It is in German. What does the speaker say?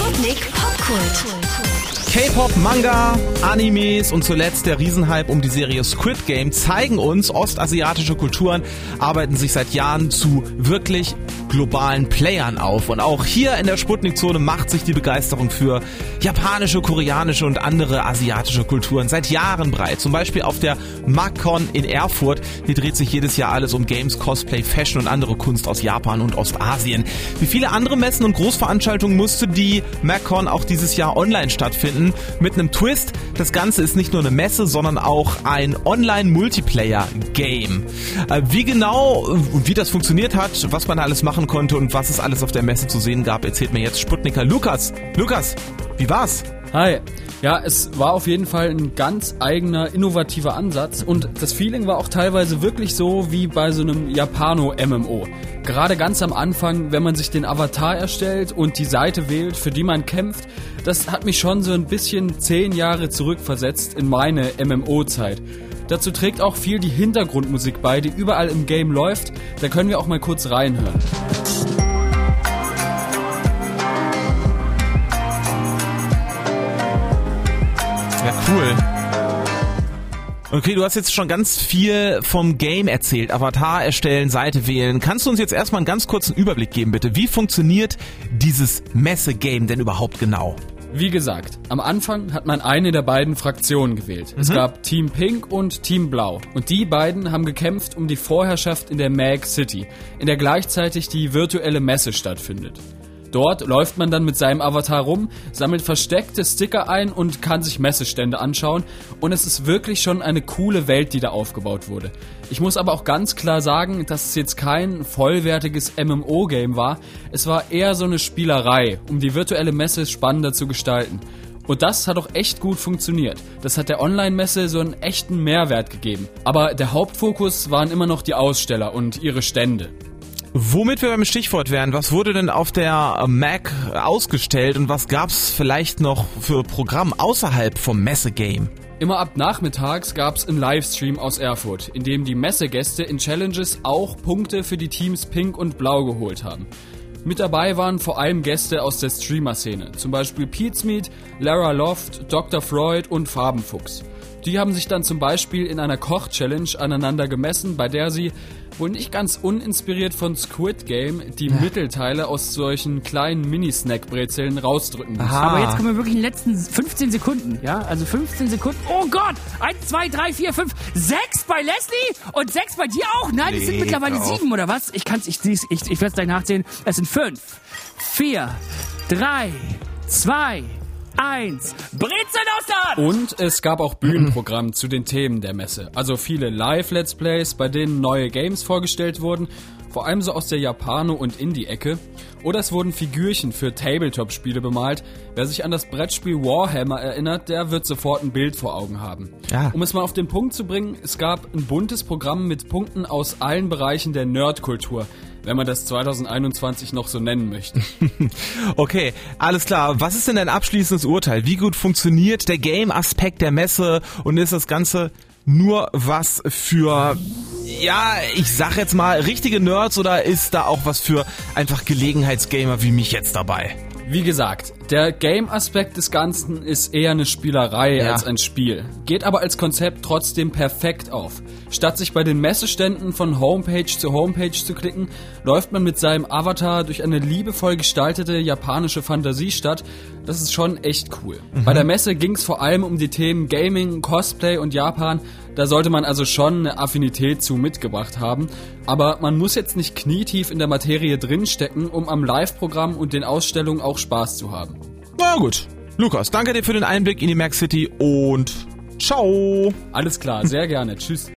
Sputnik Popkult. K-Pop, Manga, Animes und zuletzt der Riesenhype um die Serie Squid Game zeigen uns, ostasiatische Kulturen arbeiten sich seit Jahren zu wirklich globalen Playern auf. Und auch hier in der Sputnik-Zone macht sich die Begeisterung für japanische, koreanische und andere asiatische Kulturen seit Jahren breit. Zum Beispiel auf der MagCon in Erfurt. Hier dreht sich jedes Jahr alles um Games, Cosplay, Fashion und andere Kunst aus Japan und Ostasien. Wie viele andere Messen und Großveranstaltungen musste die MagCon auch dieses Jahr online stattfinden. Mit einem Twist. Das Ganze ist nicht nur eine Messe, sondern auch ein Online-Multiplayer-Game. Wie genau und wie das funktioniert hat, was man alles machen konnte und was es alles auf der Messe zu sehen gab, erzählt mir jetzt Sputniker Lukas. Lukas, wie war's? Hi. Ja, es war auf jeden Fall ein ganz eigener, innovativer Ansatz und das Feeling war auch teilweise wirklich so wie bei so einem Japano-MMO. Gerade ganz am Anfang, wenn man sich den Avatar erstellt und die Seite wählt, für die man kämpft, das hat mich schon so ein bisschen 10 Jahre zurückversetzt in meine MMO-Zeit. Dazu trägt auch viel die Hintergrundmusik bei, die überall im Game läuft. Da können wir auch mal kurz reinhören. Ja, cool. Okay, du hast jetzt schon ganz viel vom Game erzählt. Avatar erstellen, Seite wählen. Kannst du uns jetzt erstmal einen ganz kurzen Überblick geben, bitte? Wie funktioniert dieses Messe-Game denn überhaupt genau? Wie gesagt, am Anfang hat man eine der beiden Fraktionen gewählt. Es gab Team Pink und Team Blau. Und die beiden haben gekämpft um die Vorherrschaft in der Mag City, in der gleichzeitig die virtuelle Messe stattfindet. Dort läuft man dann mit seinem Avatar rum, sammelt versteckte Sticker ein und kann sich Messestände anschauen. Und es ist wirklich schon eine coole Welt, die da aufgebaut wurde. Ich muss aber auch ganz klar sagen, dass es jetzt kein vollwertiges MMO-Game war. Es war eher so eine Spielerei, um die virtuelle Messe spannender zu gestalten. Und das hat auch echt gut funktioniert. Das hat der Online-Messe so einen echten Mehrwert gegeben. Aber der Hauptfokus waren immer noch die Aussteller und ihre Stände. Womit wir beim Stichwort wären, was wurde denn auf der Mag ausgestellt und was gab's vielleicht noch für Programm außerhalb vom Messegame? Immer ab nachmittags gab's einen Livestream aus Erfurt, in dem die Messegäste in Challenges auch Punkte für die Teams Pink und Blau geholt haben. Mit dabei waren vor allem Gäste aus der Streamer-Szene, zum Beispiel Pizmeet, Lara Loft, Dr. Freud und Farbenfuchs. Die haben sich dann zum Beispiel in einer Koch-Challenge aneinander gemessen, bei der sie, wohl nicht ganz uninspiriert von Squid Game, die Mittelteile aus solchen kleinen Mini-Snack-Brezeln rausdrücken müssen. Aber jetzt kommen wir wirklich in den letzten 15 Sekunden, ja? Also 15 Sekunden. Oh Gott! 1, 2, 3, 4, 5, 6 bei Leslie und 6 bei dir auch? Nein, es sind mittlerweile 7, oder was? Ich werde es gleich nachzählen. Es sind 5, 4, 3, 2, 1. Brezeln aus der Hand! Und es gab auch Bühnenprogramm zu den Themen der Messe. Also viele Live-Let's Plays, bei denen neue Games vorgestellt wurden, vor allem so aus der Japano- und Indie-Ecke. Oder es wurden Figürchen für Tabletop-Spiele bemalt. Wer sich an das Brettspiel Warhammer erinnert, der wird sofort ein Bild vor Augen haben. Ja. Um es mal auf den Punkt zu bringen, es gab ein buntes Programm mit Punkten aus allen Bereichen der Nerdkultur, wenn man das 2021 noch so nennen möchte. Okay, alles klar. Was ist denn dein abschließendes Urteil? Wie gut funktioniert der Game-Aspekt der Messe und ist das Ganze nur was für, ja, ich sag jetzt mal, richtige Nerds oder ist da auch was für einfach Gelegenheitsgamer wie mich jetzt dabei? Wie gesagt, der Game-Aspekt des Ganzen ist eher eine Spielerei als ein Spiel, geht aber als Konzept trotzdem perfekt auf. Statt sich bei den Messeständen von Homepage zu Homepage zu klicken, läuft man mit seinem Avatar durch eine liebevoll gestaltete japanische Fantasiestadt. Das ist schon echt cool. Bei der Messe ging es vor allem um die Themen Gaming, Cosplay und Japan. Da sollte man also schon eine Affinität zu mitgebracht haben. Aber man muss jetzt nicht knietief in der Materie drinstecken, um am Live-Programm und den Ausstellungen auch Spaß zu haben. Na gut. Lukas, danke dir für den Einblick in die Mag City und ciao. Alles klar, sehr gerne. Tschüss.